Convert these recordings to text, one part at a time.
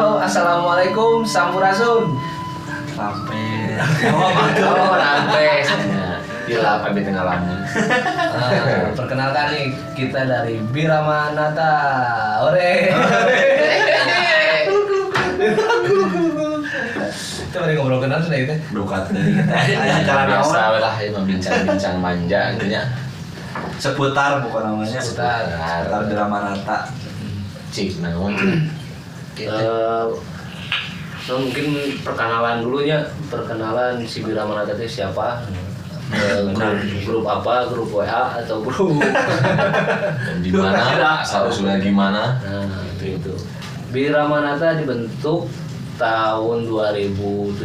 Halo, assalamualaikum, sampurasun. Sampai Rampe. Gila, pamit tengah lamun. Perkenalkan nih, kita dari Biramanata. Ore. Kita mari ngobrol kenal sudah itu. dukat deui acara Biasa naon lah, ya bincang-bincang manja gitu nya. seputar bukan namanya Seputar. seputar Biramanata. Cik naon. Mungkin perkenalan dulunya, perkenalan si Biramanata itu siapa? Grup apa? Grup WA atau grup? Dan di mana? Asal usulnya gimana? Nah, itu. Biramanata dibentuk tahun 2017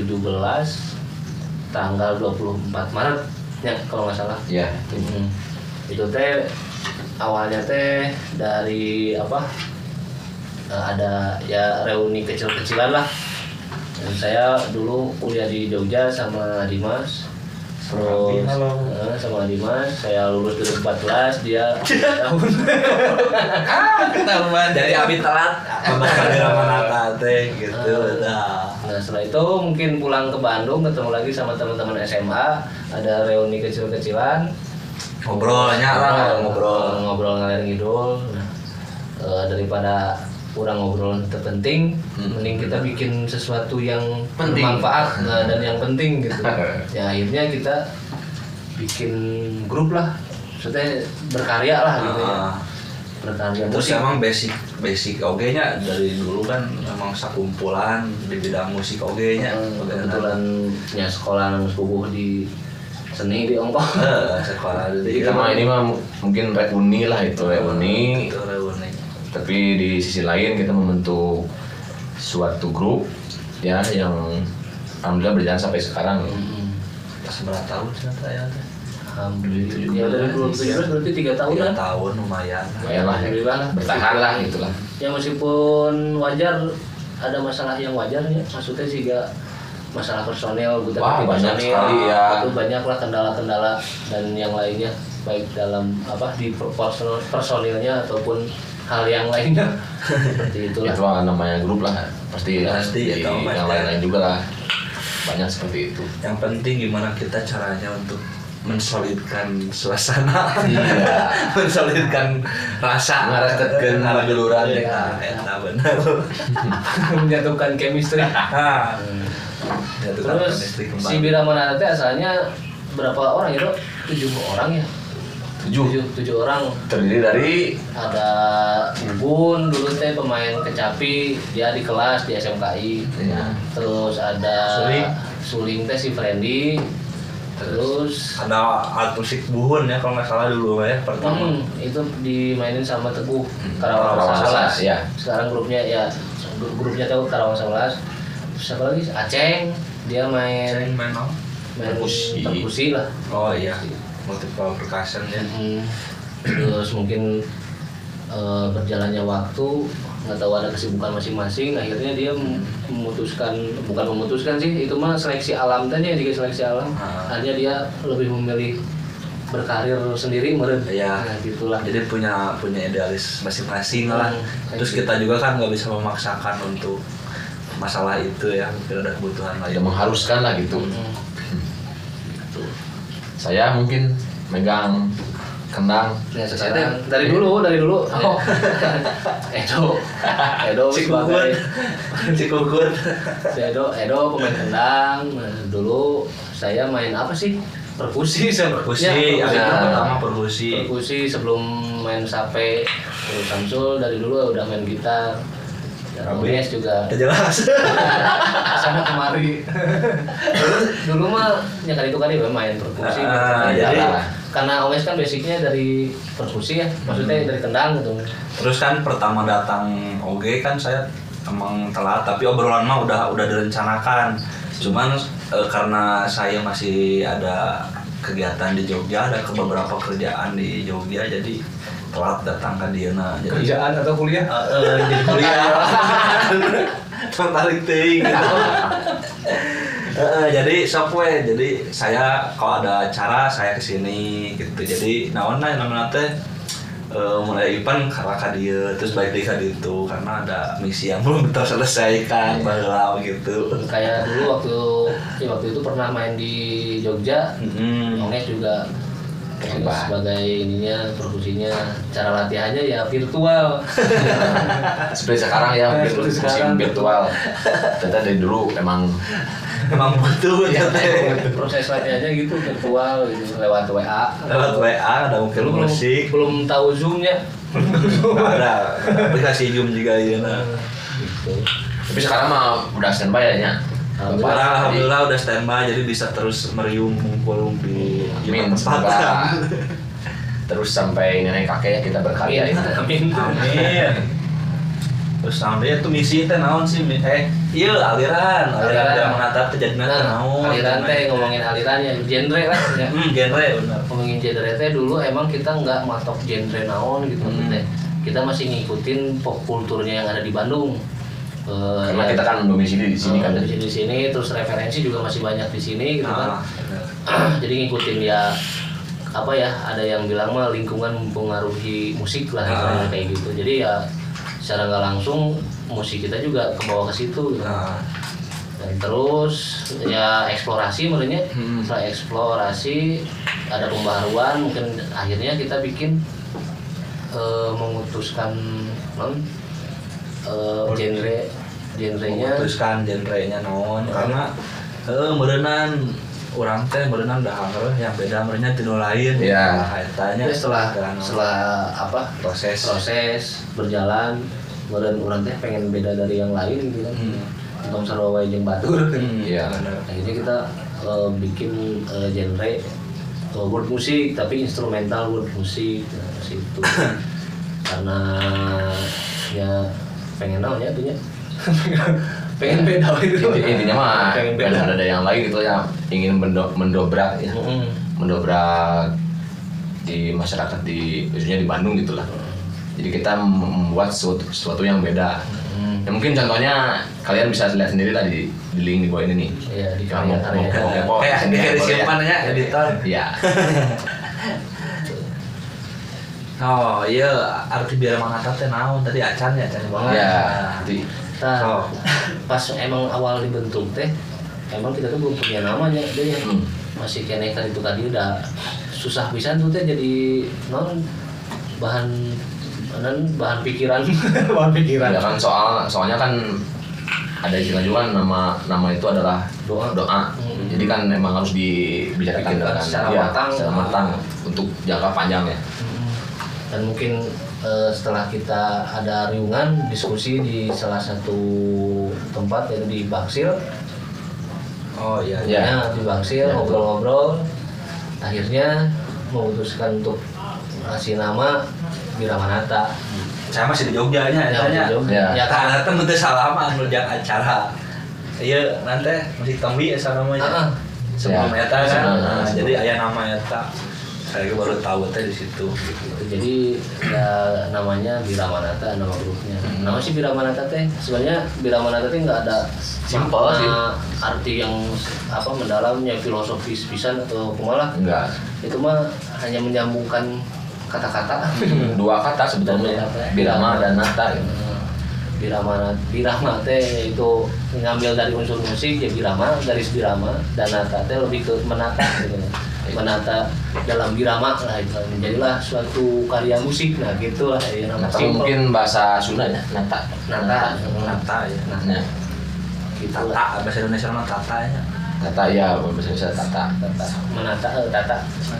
tanggal 24 Maret ya kalau nggak salah. Ya. Itu teh awalnya teh dari apa? Ada ya reuni kecil-kecilan lah. Dan saya dulu kuliah di Jogja sama Dimas. Terus sama Dimas, saya lulus 2014, dia tahun Ketahuan jadi abi telat pembahasan Biramanata teh gitu. Nah, setelah itu mungkin pulang ke Bandung, ketemu lagi sama teman-teman SMA, ada reuni kecil-kecilan, Ngobrolnya lah ngobrol ngalir ngidul. Nah, daripada kurang ngobrol terpenting, mending kita bikin sesuatu yang Penting. bermanfaat dan yang penting gitu. Ya akhirnya kita bikin grup lah, maksudnya berkarya lah gitu ya. Berkarya Terus musik. emang basic oge nya dari dulu kan emang sakumpulan di bidang musik oge nya. Kebetulan ya sekolah sepupuh di seni di Ongkong. Sekolah di Kita mah ini mah mungkin reuni lah itu reuni. Itu reuni. Tapi di sisi lain kita membentuk suatu grup ya yang alhamdulillah berjalan sampai sekarang. Pas berapa tahun sih saya? Alhamdulillah. Ya dari 2017 berarti 3 tahun 3 kan? tahun lumayan. Lumayan lah, Alhamdulillah lah. bertahan lah gitulah. Ya meskipun wajar ada masalah yang wajar ya, maksudnya sih gak masalah personel gitu. Wah, banyak sekali ya. Itu banyak lah kendala-kendala dan yang lainnya baik dalam apa di personilnya ataupun hal yang lainnya. Seperti itulah. Itu namanya grup lah, pasti Ya, jadi itu yang lain-lain juga lah. Banyak seperti itu. Yang penting gimana kita caranya untuk mensolidkan suasana. Iya. Mensolidkan rasa. Ngaraketkeun geluran. Ya, eta benar. Menjatuhkan chemistry. Nah, Terus si Biramanata teh asalnya berapa orang itu? 7 orang ya? 7 orang. Terdiri dari Ada Ubun dulu teh pemain kecapi, dia di kelas di SMKI. ya, Terus ada Suling teh si Friendly. Terus ada alat musik buhun ya kalau nggak salah dulu ya pertama. itu dimainin sama Teguh Karawang Karawang 11, ya. Sekarang grupnya tahu Karawang 11. Terus siapa lagi? Aceng, dia main Main apa? perkusi lah. Oh iya, multiple percussion ya. Terus mungkin berjalannya waktu, nggak tahu ada kesibukan masing-masing, akhirnya dia bukan memutuskan sih, itu mah seleksi alam tanya juga seleksi alam. Akhirnya dia lebih memilih berkarir sendiri meren. Iya. Nah, gitulah. Jadi punya idealis masing-masing lah. Terus gitu. kita juga kan nggak bisa memaksakan untuk masalah itu ya, mungkin ada kebutuhan lain. tidak mengharuskan lah gitu. Saya mungkin megang kendang. Ya, sekarang dari dulu. Oh. Edo sebagai Cikukut. Edo pemain kendang. Nah, dulu saya main apa sih? Perkusi Perkusi, pertama perkusi. Perkusi sebelum main sape. Terus Samsul dari dulu udah main gitar. Dan Ones juga Jelas. sana kemari. Dulu mah ya kali itu main perkusi. Jadi Karena Omes kan basicnya dari perkusi ya, maksudnya dari kendang gitu. terus kan pertama datang OG kan saya emang telat, tapi obrolan mah udah direncanakan. Cuman karena saya masih ada kegiatan di Jogja, ada beberapa kerjaan di Jogja, jadi telat datang ke Diana. Jadi Kerjaan atau kuliah? jadi kuliah. Tertarik ting. Jadi software, jadi saya kalau ada acara saya kesini gitu. Jadi naon namanya teh mulai event karena ka dieu terus balik deui ka ditu karena ada misi yang belum terselesaikan baheula gitu. Kayak dulu waktu itu pernah main di Jogja, Onges juga sebagai ininya perkusinya, cara latihannya ya virtual. Seperti sekarang ya, Seperti musim sekarang. virtual. Ternyata dari dulu emang butuh Ya, teh. proses latihannya gitu virtual gitu lewat WA. Lewat WA ada mungkin Dulu musik. belum tahu Zoom-nya. Nggak ada aplikasi Zoom juga ya. Gitu. tapi sekarang mah udah standby ya nya. Alhamdulillah udah standby jadi bisa terus meriung ngumpul di Amin, tempat. semoga terus sampai nenek kakek ya kita berkarya ya. Amin. Amin. Terus namanya tuh misi teh naon sih? Iya aliran yang menatap teh jadinya teh naon. Aliran teh ngomongin alirannya genre lah ya. Genre benar. Ngomongin genre teh dulu emang kita nggak matok genre naon gitu teh. Kita masih ngikutin pop kulturnya yang ada di Bandung. Karena kita kan domisili di sini kan. Di sini terus referensi juga masih banyak di sini gitu kan. Jadi ngikutin ya apa ya, ada yang bilang mah lingkungan mempengaruhi musik lah istilahnya kayak gitu. Jadi ya secara nggak langsung musik kita juga kebawa ke situ gitu. Dan terus ya eksplorasi menurutnya, setelah eksplorasi ada pembaharuan, mungkin akhirnya kita bikin memutuskan genrenya Memutuskan genrenya naon karena meureunnan urang teh meureunnan dah hanger yang beda meureunnya tinu lain. Iya. Kaitannya Jadi setelah apa proses berjalan meureun urang teh pengen beda dari yang lain gitu kan. Tong sarua wae jeung batur. Iya. Akhirnya kita bikin genre world music tapi instrumental world music situ. Karena ya pengen naon ya tuh nya. pengen beda gitu. Intinya mah Pengen beda. ada yang lain gitu ya, ingin mendobrak ya. Mendobrak di masyarakat khususnya di Bandung gitulah. Jadi kita membuat sesuatu yang beda. Ya mungkin contohnya kalian bisa lihat sendiri lah di link di bawah ini nih. Iya, di Kamu karya-karya. mau kayak sendiri boleh ya. disimpannya editor. Iya. Oh iya, arti biar mengatakan teh naon tadi acan ya acan banget. Ya, jadi Nah, pas emang awal dibentuk teh, emang kita tuh belum punya namanya deh ya. Masih kene tadi itu tadi udah susah pisan tuh teh jadi non bahan pikiran bahan pikiran. ya kan soalnya kan ada istilah juga kan, nama itu adalah doa. Jadi kan memang harus dibicarakan Dipikirkan dengan secara matang. Untuk jangka panjang ya. Dan mungkin setelah kita ada riungan diskusi di salah satu tempat yaitu di Baksil. Oh iya. Ya. Ya, di Baksil Ya, ngobrol-ngobrol, akhirnya memutuskan untuk kasih nama Biramanata. Saya masih di Jogjanya Ya, tanya. di Jogja. Ya. Ya kan. Karena teh menteu salaman ngerjain acara. Iya, nanti musik tambi asa namanya. Sebelum Ya. eta kan. Sebelum. Nah, jadi aya nama eta. Saya baru tahu teh di situ. Jadi ya namanya Biramanata, nama grupnya. Nama si Biramanata teh sebenarnya Biramanata teh nggak ada Simpel sih. arti yang apa mendalamnya, filosofis pisan atau kumaha. Enggak. Itu mah hanya menyambungkan kata-kata. Dua kata sebetulnya. Birama dan Nata gitu. Birama teh itu ngambil dari unsur musik ya birama, garis birama, dan nata teh lebih ke menata gitu. Menata dalam birama lah itu menjadilah suatu karya musik. Nah gitulah ya nama Atau simple. mungkin bahasa Sunda ya, Nata. Nata. Tata ya. Nah, Gitu lah. Tata bahasa Indonesia mah tata ya. Nata ya, bahasa Indonesia Tata. Menata tata.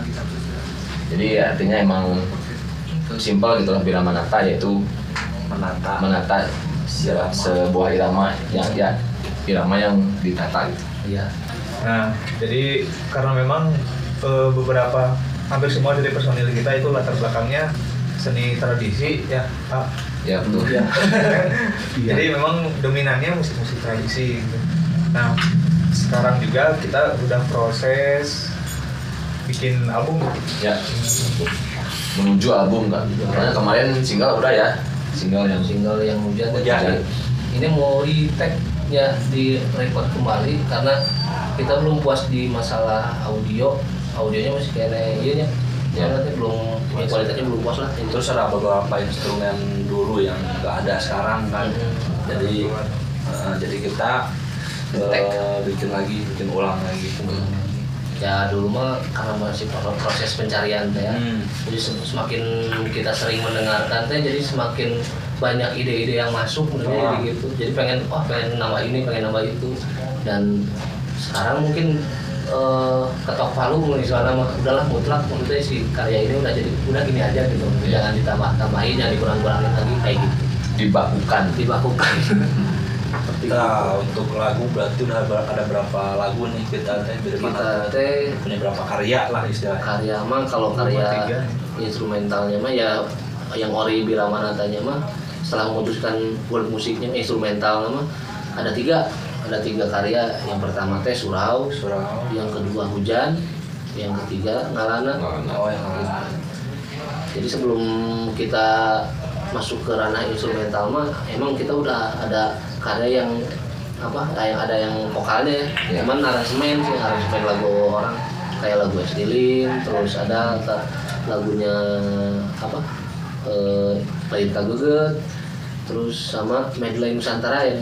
Jadi artinya emang simpel gitu lah, Birama Nata yaitu menata sebuah irama yang irama yang ditata gitu. Iya. Nah, jadi karena memang beberapa hampir semua dari personil kita itu latar belakangnya seni tradisi ya, Pak. Ya betul. Iya. Jadi memang dominannya musik-musik tradisi gitu. Nah, sekarang juga kita udah proses bikin album. Ya. Menuju album kan. Karena kemarin single udah ya. Single yang hujan. Hujan. Ini mau retake ya, di record kembali karena kita belum puas di masalah audionya masih kayak iya nya Ya. belum kualitasnya belum puas lah. Terus ada beberapa instrumen dulu yang nggak ada sekarang kan. Jadi kita bikin ulang lagi. Ya dulu mah karena masih proses pencarian teh ya. Jadi semakin kita sering mendengarkan teh, jadi semakin banyak ide-ide yang masuk sebenarnya gitu. Jadi pengen nama ini, pengen nama itu. Dan sekarang mungkin ketok palu misalnya mah udahlah mutlak, maksudnya si karya ini udah gini aja gitu. Jangan ditambah-tambahin, jangan dikurang-kurangin lagi kayak gitu. Dibakukan. Nah, untuk lagu berarti udah ada berapa lagu nih kita teh? Kita teh punya berapa karya lah istilahnya? Karya mah kalau karya instrumentalnya mah ya yang Ori Biramanatanya mah setelah memutuskan buat musiknya instrumental mah ada tiga karya. Yang pertama teh Surau, yang kedua Hujan, yang ketiga Ngalana. Jadi sebelum kita masuk ke ranah instrumental mah emang kita udah ada karya yang ada yang vokalnya ya. Cuman aransemen lagu orang kayak lagu Estilin, terus ada lagunya Lain Kageget, terus sama medley Nusantara ya.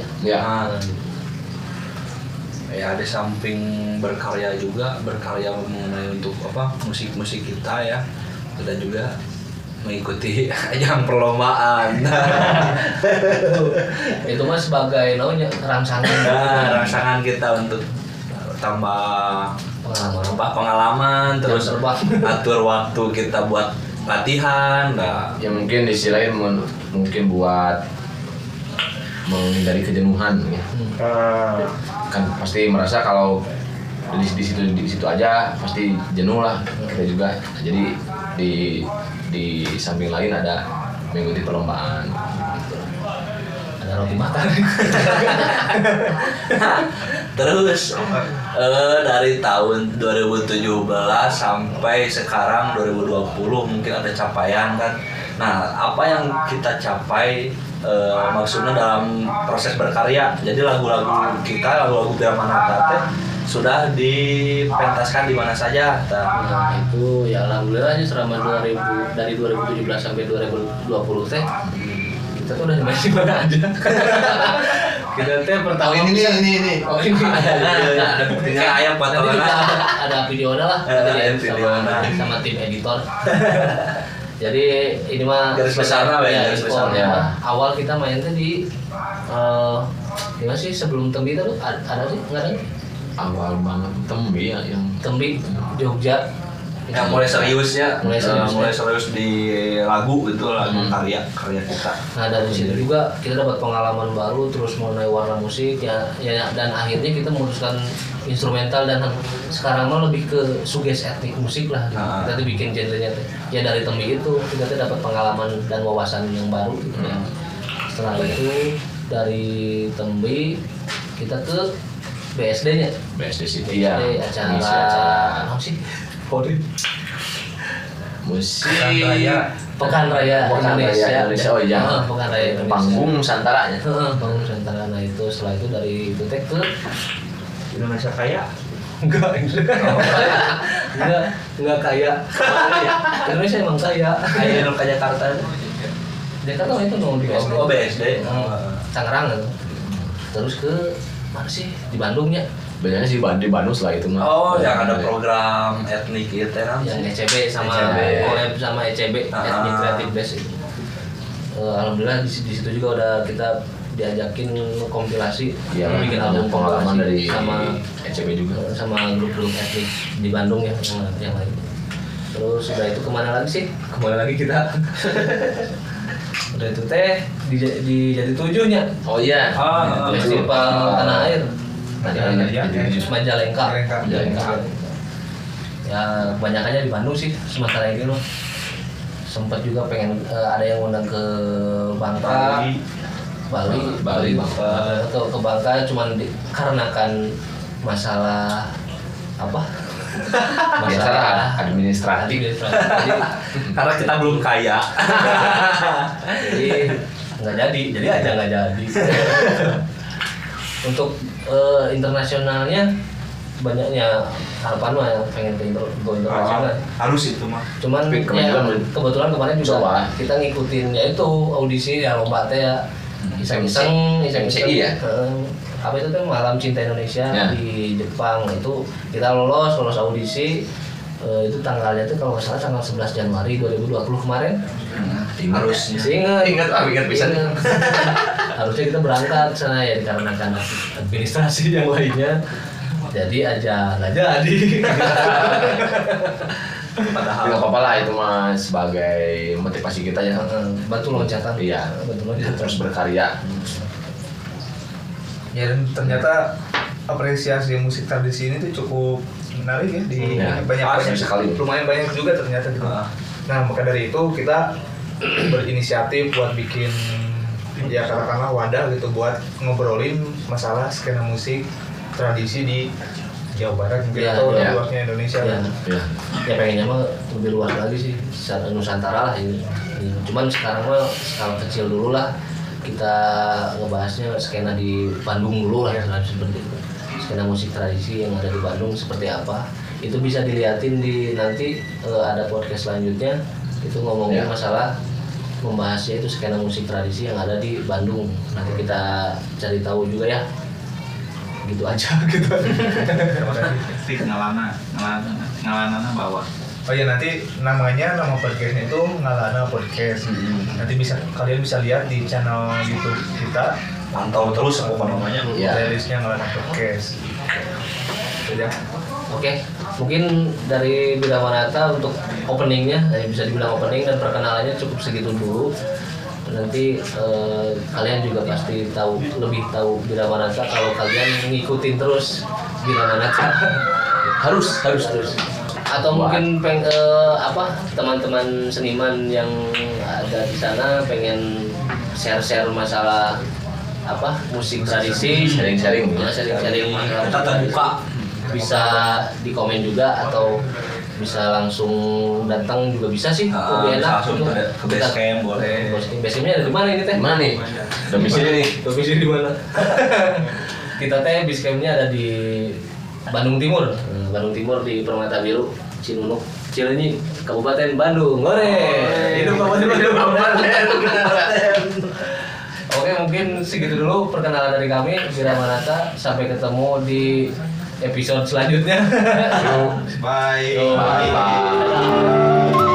Ya di samping berkarya mengenai untuk musik kita ya, kita juga mengikuti ajang perlombaan. Itu mah sebagai rangsangan kita untuk tambah pengalaman terus atur waktu kita buat latihan. Ya mungkin istilahnya mungkin buat menghindari kejenuhan ya. Kan pasti merasa kalau di situ aja pasti jenuh lah kita juga. Jadi di samping lain ada mengikuti perlombaan. Ada roti bakar. Terus dari tahun 2017 sampai sekarang 2020 mungkin ada capaian kan. Nah, apa yang kita capai maksudnya dalam proses berkarya. Jadi lagu-lagu Biramanata sudah dipentaskan di mana saja. Nah, itu ya alhamdulillah selama dari 2017 sampai 2020 teh kita tuh udah di mana aja. Kita teh pertama ini. Oh ini. Ada buktinya ayam ada videonya lah. Sama tim editor. Jadi ini mah garis besarnya ya. Awal kita main tuh di gimana sih sebelum Tembi itu ada sih nggak ada? Awal banget Tembi ya yang Tembi Jogja. Yang mulai seriusnya, mulai serius di lagu gitu, lagu karya kita. Nah dari situ juga kita dapat pengalaman baru, terus mengenai warna musik ya dan akhirnya kita memutuskan instrumental dan sekarang mah lebih ke suges etnik musik lah. Kita tuh bikin genrenya ya dari Tembi itu kita tuh dapat pengalaman dan wawasan yang baru gitu ya. Setelah itu dari Tembi kita ke BSD-nya. BSD City ya. Acara apa sih? Musik Pekan Raya Indonesia. Oh iya. Pekan Raya Indonesia. Panggung Nusantara ya. Panggung Nusantara. Nah itu setelah itu dari itu teh ke Indonesia Kaya. Enggak kaya. Indonesia emang kaya. Kaya ke Jakarta. Jakarta itu mau di BSD. Oh BSD. Tangerang gitu. Terus ke mana sih di Bandungnya? Biasanya sih di Bandung setelah itu mah. Oh, yang ada program etnik gitu kan? Yang ECB sama collab sama ECB, Ethnic Creative Base itu. Alhamdulillah di situ juga udah kita diajakin kompilasi, bikin album pengalaman dari sama ECB juga, sama grup-grup etnik di Bandung ya yang lain. Terus udah itu kemana lagi sih? Kemana lagi kita? Udah itu teh di Jati Tujuhnya. Oh iya. Festival Tanah Air. Majalengka. Ya kebanyakannya di Bandung sih sementara ini loh. Sempat juga pengen ada yang undang ke Bangka, Bali ke Bangka cuman dikarenakan masalah apa? Masalah administratif. Jadi, karena kita belum kaya. jadi nggak jadi. Untuk internasionalnya banyaknya harapan mah yang pengen go internasional. Harus itu mah. Cuman Tapi ya, kebetulan kemarin juga coba. kita ngikutin ya itu audisi ya lomba teh ya iseng-iseng MCI ya? Apa itu tuh Malam Cinta Indonesia Ya. di Jepang itu kita lolos audisi. Itu tanggalnya tuh kalau nggak salah tanggal 11 Januari 2020 kemarin. Harusnya. Ingat bisa. Harusnya kita berangkat sana ya dikarenakan administrasi yang lainnya. Jadi aja nggak jadi. Padahal Nggak apa-apa lah, itu mah sebagai motivasi kita ya. Batu loncatan. Iya. Batu loncatan. Terus berkarya. Ya dan ternyata apresiasi musik tradisi ini tuh cukup menarik ya di Ya, banyak sekali. lumayan banyak juga ternyata gitu. Nah maka dari itu kita berinisiatif buat bikin ya katakanlah wadah gitu buat ngobrolin masalah skena musik tradisi di Jawa Barat mungkin Ya, atau ya. luasnya Indonesia Ya. kan. Ya. Ya pengennya mah lebih luas lagi sih, Nusantara lah ini. Cuman sekarang mah skala kecil dulu lah. Kita ngebahasnya skena di Bandung dulu lah ya, seperti itu. Skena musik tradisi yang ada di Bandung seperti apa. Itu bisa dilihatin di nanti ada podcast selanjutnya. Itu ngomongin Ya. masalah membahasnya itu skena musik tradisi yang ada di Bandung. Nanti kita cari tahu juga ya. Gitu aja gitu. Terima kasih. Pasti ngalana bawa. Oh ya nanti nama podcastnya itu Ngalana Podcast. Nanti kalian bisa lihat di channel YouTube kita. pantau terus apa namanya. Iya. Playlistnya Ngalana Podcast. Sudah. Oke, mungkin dari Biramanata untuk openingnya, bisa dibilang opening dan perkenalannya cukup segitu dulu. Nanti kalian juga pasti lebih tahu Biramanata kalau kalian ngikutin terus Biramanata. harus. Atau mungkin teman-teman seniman yang ada di sana pengen share masalah musik tradisi, Sharing-sharing. sharing Kita terbuka. bisa di komen juga atau bisa langsung datang juga bisa sih. Lebih enak Langsung gitu. ke base camp boleh. Base campnya ada di mana ini teh? Gimana nih? Domisili nih. Domisili di mana? Kita teh base campnya ada di Bandung Timur. Bandung Timur di Permata Biru, Cinunuk, Cileunyi, Kabupaten Bandung. Gore. Hidup Kabupaten Bandung. Oke, mungkin segitu dulu perkenalan dari kami Biramanata. Sampai ketemu di episode selanjutnya. Bye. Bye.